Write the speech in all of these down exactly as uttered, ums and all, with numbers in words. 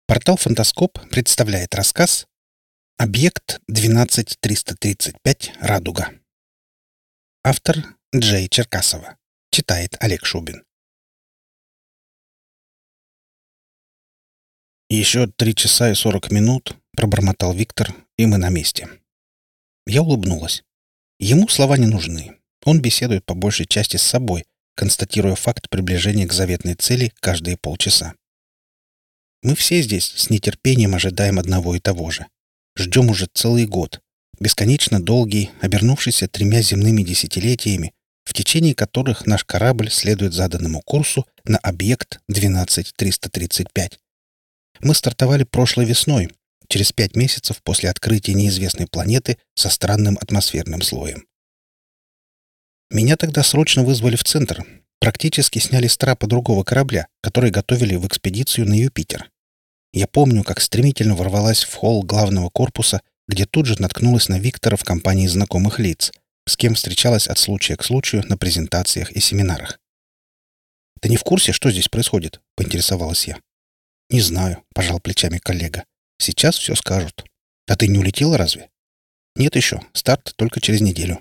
Портал «Фантаскоп» представляет рассказ «Объект двенадцать триста тридцать пять Радуга». Автор Джей Черкасова. Читает Олег Шубин. «Еще три часа и сорок минут», — пробормотал Виктор, — «и мы на месте». Я улыбнулась. Ему слова не нужны. Он беседует по большей части с собой, констатируя факт приближения к заветной цели каждые полчаса. Мы все здесь с нетерпением ожидаем одного и того же. Ждем уже целый год, бесконечно долгий, обернувшийся тремя земными десятилетиями, в течение которых наш корабль следует заданному курсу на объект двенадцать триста тридцать пять. Мы стартовали прошлой весной, через пять месяцев после открытия неизвестной планеты со странным атмосферным слоем. Меня тогда срочно вызвали в центр. Практически сняли с трапа другого корабля, который готовили в экспедицию на Юпитер. Я помню, как стремительно ворвалась в холл главного корпуса, где тут же наткнулась на Виктора в компании знакомых лиц, с кем встречалась от случая к случаю на презентациях и семинарах. «Ты не в курсе, что здесь происходит?» — поинтересовалась я. «Не знаю», — пожал плечами коллега. «Сейчас все скажут. А ты не улетела разве?» «Нет еще. Старт только через неделю».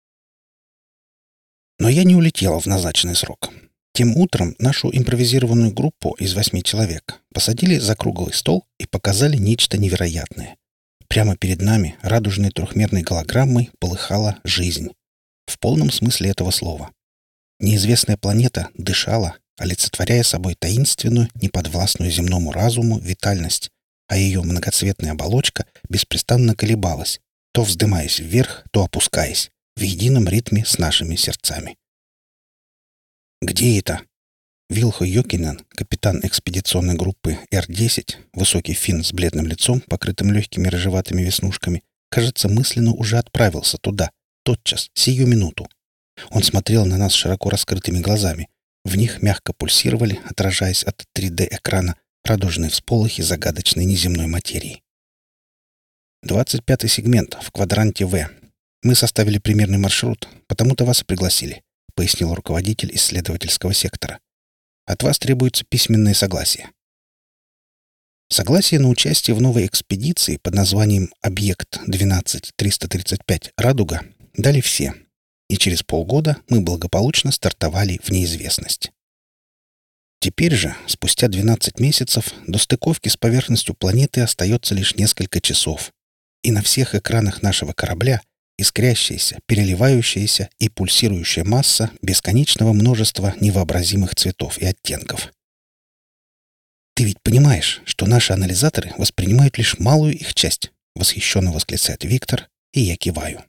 Но я не улетела в назначенный срок. Тем утром нашу импровизированную группу из восьми человек посадили за круглый стол и показали нечто невероятное. Прямо перед нами радужной трехмерной голограммой полыхала жизнь. В полном смысле этого слова. Неизвестная планета дышала, олицетворяя собой таинственную, неподвластную земному разуму витальность, а ее многоцветная оболочка беспрестанно колебалась, то вздымаясь вверх, то опускаясь, в едином ритме с нашими сердцами. «Где это?» Вилхо Йокинен, капитан экспедиционной группы Р десять, высокий финн с бледным лицом, покрытым легкими рыжеватыми веснушками, кажется, мысленно уже отправился туда, тотчас, сию минуту. Он смотрел на нас широко раскрытыми глазами. В них мягко пульсировали, отражаясь от три дэ-экрана, радужные всполохи загадочной неземной материи. «Двадцать пятый сегмент в квадранте В. Мы составили примерный маршрут, потому-то вас и пригласили», — пояснил руководитель исследовательского сектора. «От вас требуется письменное согласие». Согласие на участие в новой экспедиции под названием «Объект двенадцать триста тридцать пять Радуга» дали все, и через полгода мы благополучно стартовали в неизвестность. Теперь же, спустя двенадцать месяцев, до стыковки с поверхностью планеты остается лишь несколько часов, и на всех экранах нашего корабля искрящаяся, переливающаяся и пульсирующая масса бесконечного множества невообразимых цветов и оттенков. «Ты ведь понимаешь, что наши анализаторы воспринимают лишь малую их часть», — восхищенно восклицает Виктор, и я киваю.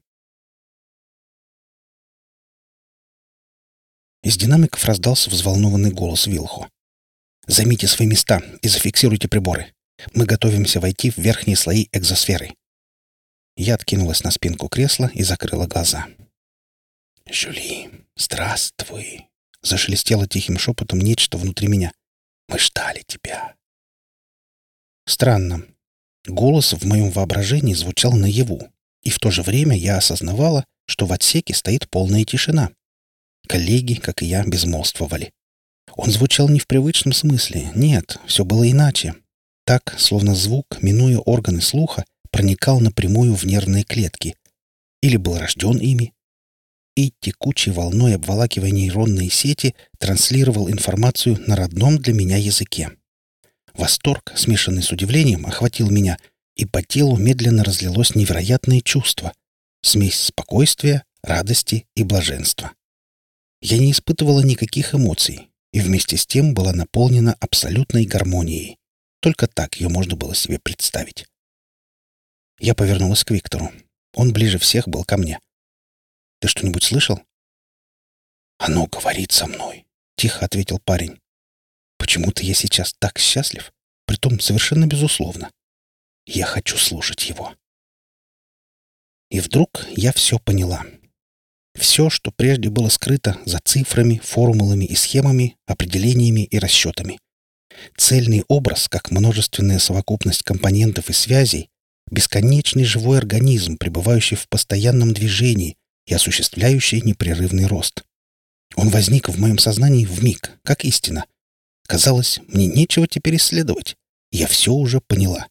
Из динамиков раздался взволнованный голос Вилхо. «Займите свои места и зафиксируйте приборы. Мы готовимся войти в верхние слои экзосферы». Я откинулась на спинку кресла и закрыла глаза. «Жюли, здравствуй!» — зашелестело тихим шепотом нечто внутри меня. «Мы ждали тебя!» Странно. Голос в моем воображении звучал наяву, и в то же время я осознавала, что в отсеке стоит полная тишина. Коллеги, как и я, безмолвствовали. Он звучал не в привычном смысле, нет, все было иначе. Так, словно звук, минуя органы слуха, проникал напрямую в нервные клетки. Или был рожден ими. И текучей волной, обволакивая нейронные сети, транслировал информацию на родном для меня языке. Восторг, смешанный с удивлением, охватил меня, и по телу медленно разлилось невероятное чувство. Смесь спокойствия, радости и блаженства. Я не испытывала никаких эмоций, и вместе с тем была наполнена абсолютной гармонией. Только так ее можно было себе представить. Я повернулась к Виктору. Он ближе всех был ко мне. «Ты что-нибудь слышал?» «Оно говорит со мной», — тихо ответил парень. «Почему-то я сейчас так счастлив, притом совершенно безусловно. Я хочу слушать его». И вдруг я все поняла. Все, что прежде было скрыто за цифрами, формулами и схемами, определениями и расчетами. Цельный образ, как множественная совокупность компонентов и связей, бесконечный живой организм, пребывающий в постоянном движении и осуществляющий непрерывный рост. Он возник в моем сознании вмиг, как истина. Казалось, мне нечего теперь исследовать. Я все уже поняла.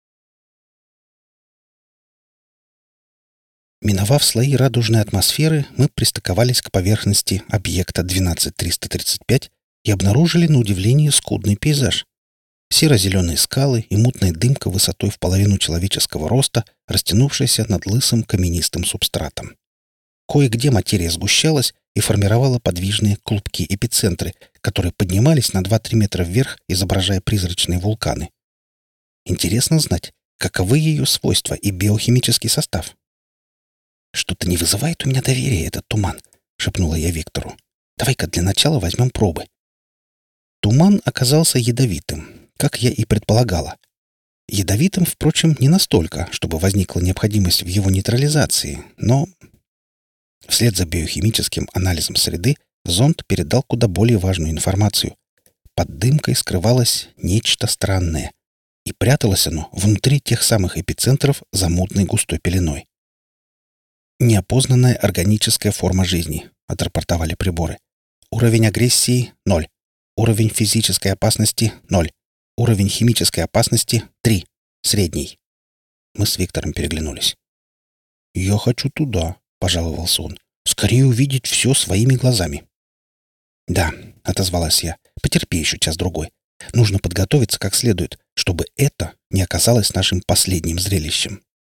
Миновав слои радужной атмосферы, мы пристыковались к поверхности объекта двенадцать триста тридцать пять и обнаружили, на удивление, скудный пейзаж. Серо-зеленые скалы и мутная дымка высотой в половину человеческого роста, растянувшаяся над лысым каменистым субстратом. Кое-где материя сгущалась и формировала подвижные клубки-эпицентры, которые поднимались на два-три метра вверх, изображая призрачные вулканы. Интересно знать, каковы ее свойства и биохимический состав. «Что-то не вызывает у меня доверия этот туман», — шепнула я Виктору. «Давай-ка для начала возьмем пробы». Туман оказался ядовитым, как я и предполагала. Ядовитым, впрочем, не настолько, чтобы возникла необходимость в его нейтрализации, но... Вслед за биохимическим анализом среды зонд передал куда более важную информацию. Под дымкой скрывалось нечто странное, и пряталось оно внутри тех самых эпицентров за мутной густой пеленой. «Неопознанная органическая форма жизни», — отрапортовали приборы. «Уровень агрессии — ноль. Уровень физической опасности — ноль. Уровень химической опасности — три. Средний». Мы с Виктором переглянулись. «Я хочу туда», — пожаловался он. «Скорее увидеть все своими глазами». «Да», — отозвалась я. «Потерпи еще час-другой. Нужно подготовиться как следует, чтобы это не оказалось нашим последним зрелищем».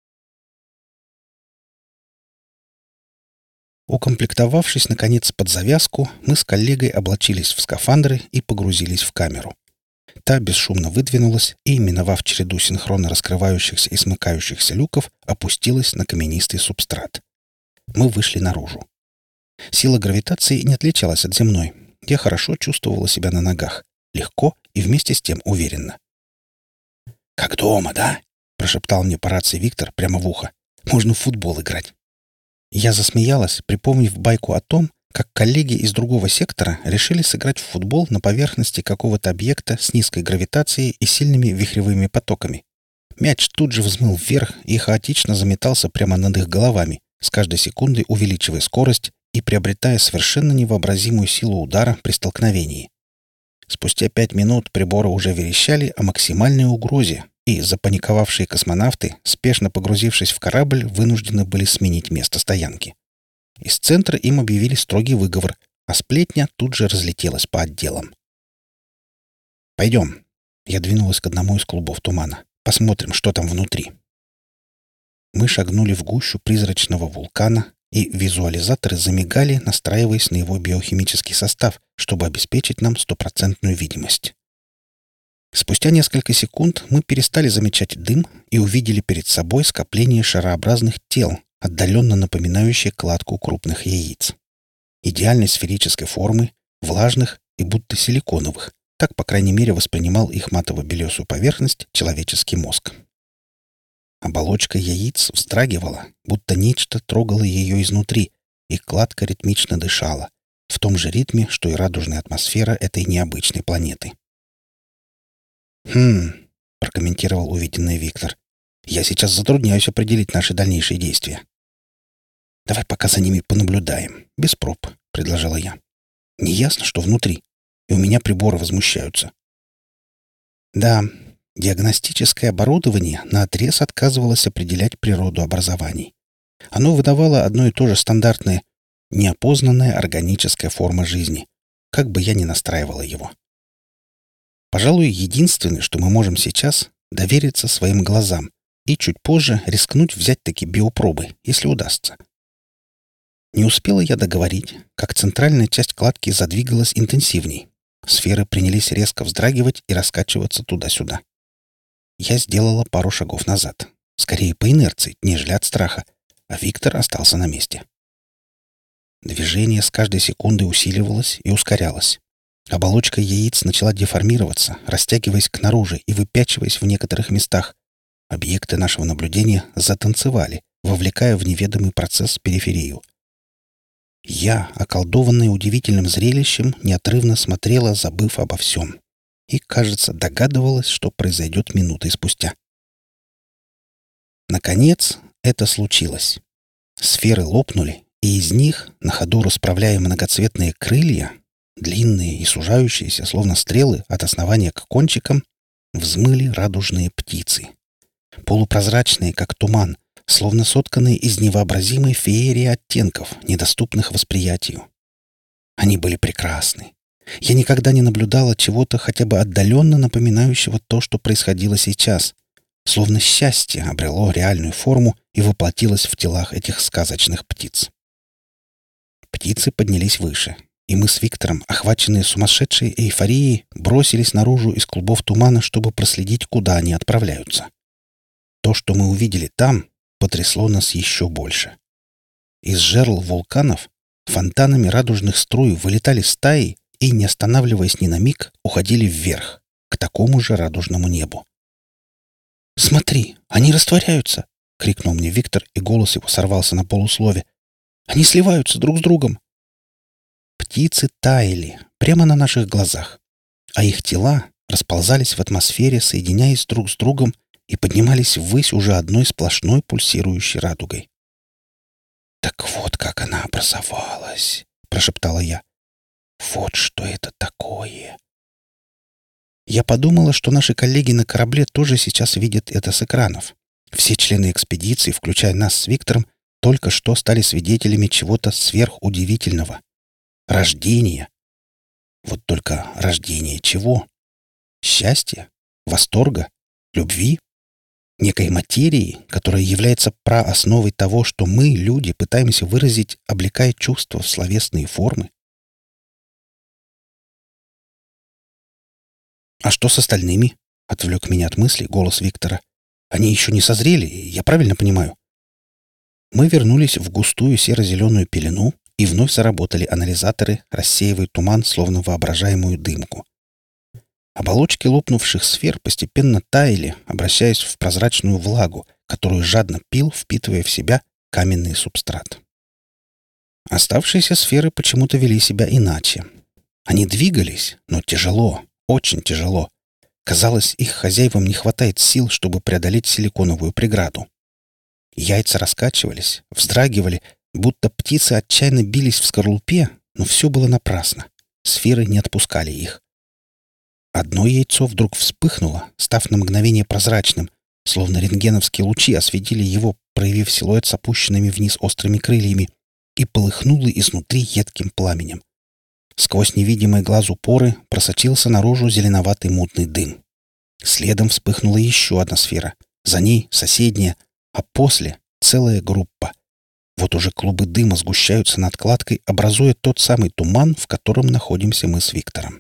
Укомплектовавшись, наконец, под завязку, мы с коллегой облачились в скафандры и погрузились в камеру. Та бесшумно выдвинулась и, миновав череду синхронно раскрывающихся и смыкающихся люков, опустилась на каменистый субстрат. Мы вышли наружу. Сила гравитации не отличалась от земной. Я хорошо чувствовала себя на ногах. Легко и вместе с тем уверенно. «Как дома, да?» — прошептал мне по рации Виктор прямо в ухо. «Можно в футбол играть». Я засмеялась, припомнив байку о том, как коллеги из другого сектора решили сыграть в футбол на поверхности какого-то объекта с низкой гравитацией и сильными вихревыми потоками. Мяч тут же взмыл вверх и хаотично заметался прямо над их головами, с каждой секундой увеличивая скорость и приобретая совершенно невообразимую силу удара при столкновении. Спустя пять минут приборы уже верещали о максимальной угрозе, и запаниковавшие космонавты, спешно погрузившись в корабль, вынуждены были сменить место стоянки. Из центра им объявили строгий выговор, а сплетня тут же разлетелась по отделам. «Пойдем». Я двинулась к одному из клубов тумана. «Посмотрим, что там внутри». Мы шагнули в гущу призрачного вулкана, и визуализаторы замигали, настраиваясь на его биохимический состав, чтобы обеспечить нам стопроцентную видимость. Спустя несколько секунд мы перестали замечать дым и увидели перед собой скопление шарообразных тел, отдаленно напоминающие кладку крупных яиц. Идеальной сферической формы, влажных и будто силиконовых. Так, по крайней мере, воспринимал их матово-белесую поверхность человеческий мозг. Оболочка яиц вздрагивала, будто нечто трогало ее изнутри, и кладка ритмично дышала, в том же ритме, что и радужная атмосфера этой необычной планеты. «Хм», — прокомментировал увиденный Виктор. «Я сейчас затрудняюсь определить наши дальнейшие действия». «Давай пока за ними понаблюдаем, без проб», — предложила я. «Неясно, что внутри, и у меня приборы возмущаются». Да, диагностическое оборудование наотрез отказывалось определять природу образований. Оно выдавало одно и то же стандартное «неопознанная органическая форма жизни», как бы я ни настраивала его. Пожалуй, единственное, что мы можем сейчас — довериться своим глазам и чуть позже рискнуть взять такие биопробы, если удастся. Не успела я договорить, как центральная часть кладки задвигалась интенсивней. Сферы принялись резко вздрагивать и раскачиваться туда-сюда. Я сделала пару шагов назад, скорее по инерции, нежели от страха, а Виктор остался на месте. Движение с каждой секундой усиливалось и ускорялось. Оболочка яиц начала деформироваться, растягиваясь к наружу и выпячиваясь в некоторых местах. Объекты нашего наблюдения затанцевали, вовлекая в неведомый процесс периферию. Я, околдованная удивительным зрелищем, неотрывно смотрела, забыв обо всем. И, кажется, догадывалась, что произойдет минутой спустя. Наконец, это случилось. Сферы лопнули, и из них, на ходу расправляя многоцветные крылья, длинные и сужающиеся, словно стрелы, от основания к кончикам, взмыли радужные птицы. Полупрозрачные, как туман, словно сотканные из невообразимой феерии оттенков, недоступных восприятию. Они были прекрасны. Я никогда не наблюдала чего-то хотя бы отдаленно напоминающего то, что происходило сейчас. Словно счастье обрело реальную форму и воплотилось в телах этих сказочных птиц. Птицы поднялись выше, и мы с Виктором, охваченные сумасшедшей эйфорией, бросились наружу из клубов тумана, чтобы проследить, куда они отправляются. То, что мы увидели там, потрясло нас еще больше. Из жерл вулканов фонтанами радужных струй вылетали стаи и, не останавливаясь ни на миг, уходили вверх, к такому же радужному небу. «Смотри, они растворяются!» — крикнул мне Виктор, и голос его сорвался на полуслове. «Они сливаются друг с другом!» Птицы таяли прямо на наших глазах, а их тела расползались в атмосфере, соединяясь друг с другом, и поднимались ввысь уже одной сплошной пульсирующей радугой. «Так вот как она образовалась!» — прошептала я. «Вот что это такое!» Я подумала, что наши коллеги на корабле тоже сейчас видят это с экранов. Все члены экспедиции, включая нас с Виктором, только что стали свидетелями чего-то сверхудивительного. Рождения. Вот только рождение чего? Счастья? Восторга? Любви? Некой материи, которая является праосновой того, что мы, люди, пытаемся выразить, облекая чувства в словесные формы? «А что с остальными?» — отвлек меня от мысли голос Виктора. «Они еще не созрели, я правильно понимаю?» Мы вернулись в густую серо-зеленую пелену, и вновь заработали анализаторы, рассеивая туман, словно воображаемую дымку. Оболочки лопнувших сфер постепенно таяли, обращаясь в прозрачную влагу, которую жадно пил, впитывая в себя каменный субстрат. Оставшиеся сферы почему-то вели себя иначе. Они двигались, но тяжело, очень тяжело. Казалось, их хозяевам не хватает сил, чтобы преодолеть силиконовую преграду. Яйца раскачивались, вздрагивали, будто птицы отчаянно бились в скорлупе, но все было напрасно. Сферы не отпускали их. Одно яйцо вдруг вспыхнуло, став на мгновение прозрачным, словно рентгеновские лучи осветили его, проявив силуэт с опущенными вниз острыми крыльями, и полыхнуло изнутри едким пламенем. Сквозь невидимые глазу поры просочился наружу зеленоватый мутный дым. Следом вспыхнула еще одна сфера, за ней соседняя, а после — целая группа. Вот уже клубы дыма сгущаются над кладкой, образуя тот самый туман, в котором находимся мы с Виктором.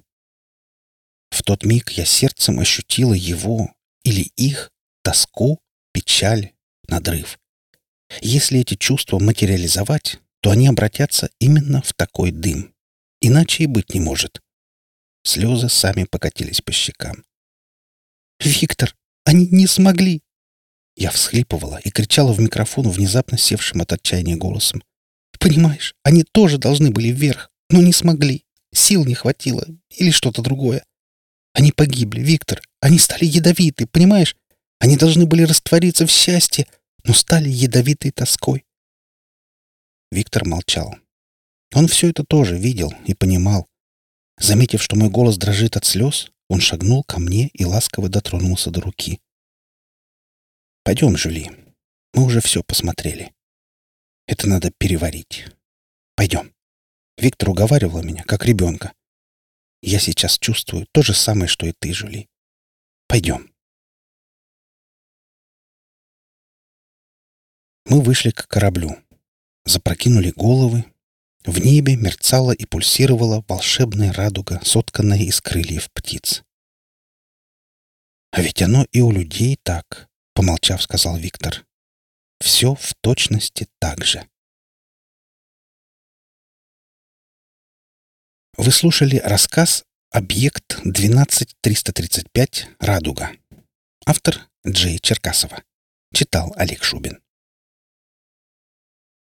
В тот миг я сердцем ощутила его или их тоску, печаль, надрыв. Если эти чувства материализовать, то они обратятся именно в такой дым. Иначе и быть не может. Слезы сами покатились по щекам. «Виктор, они не смогли!» Я всхлипывала и кричала в микрофон внезапно севшим от отчаяния голосом. «Понимаешь, они тоже должны были вверх, но не смогли. Сил не хватило или что-то другое. Они погибли, Виктор. Они стали ядовиты, понимаешь? Они должны были раствориться в счастье, но стали ядовитой тоской». Виктор молчал. Он все это тоже видел и понимал. Заметив, что мой голос дрожит от слез, он шагнул ко мне и ласково дотронулся до руки. «Пойдем, Жюли. Мы уже все посмотрели. Это надо переварить. Пойдем». Виктор уговаривал меня, как ребенка. «Я сейчас чувствую то же самое, что и ты, Жюли. Пойдем». Мы вышли к кораблю. Запрокинули головы. В небе мерцала и пульсировала волшебная радуга, сотканная из крыльев птиц. «А ведь оно и у людей так», — помолчав, сказал Виктор. «Все в точности так же». Вы слушали рассказ «Объект двенадцать триста тридцать пять. Радуга». Автор Джей Черкасова. Читал Олег Шубин.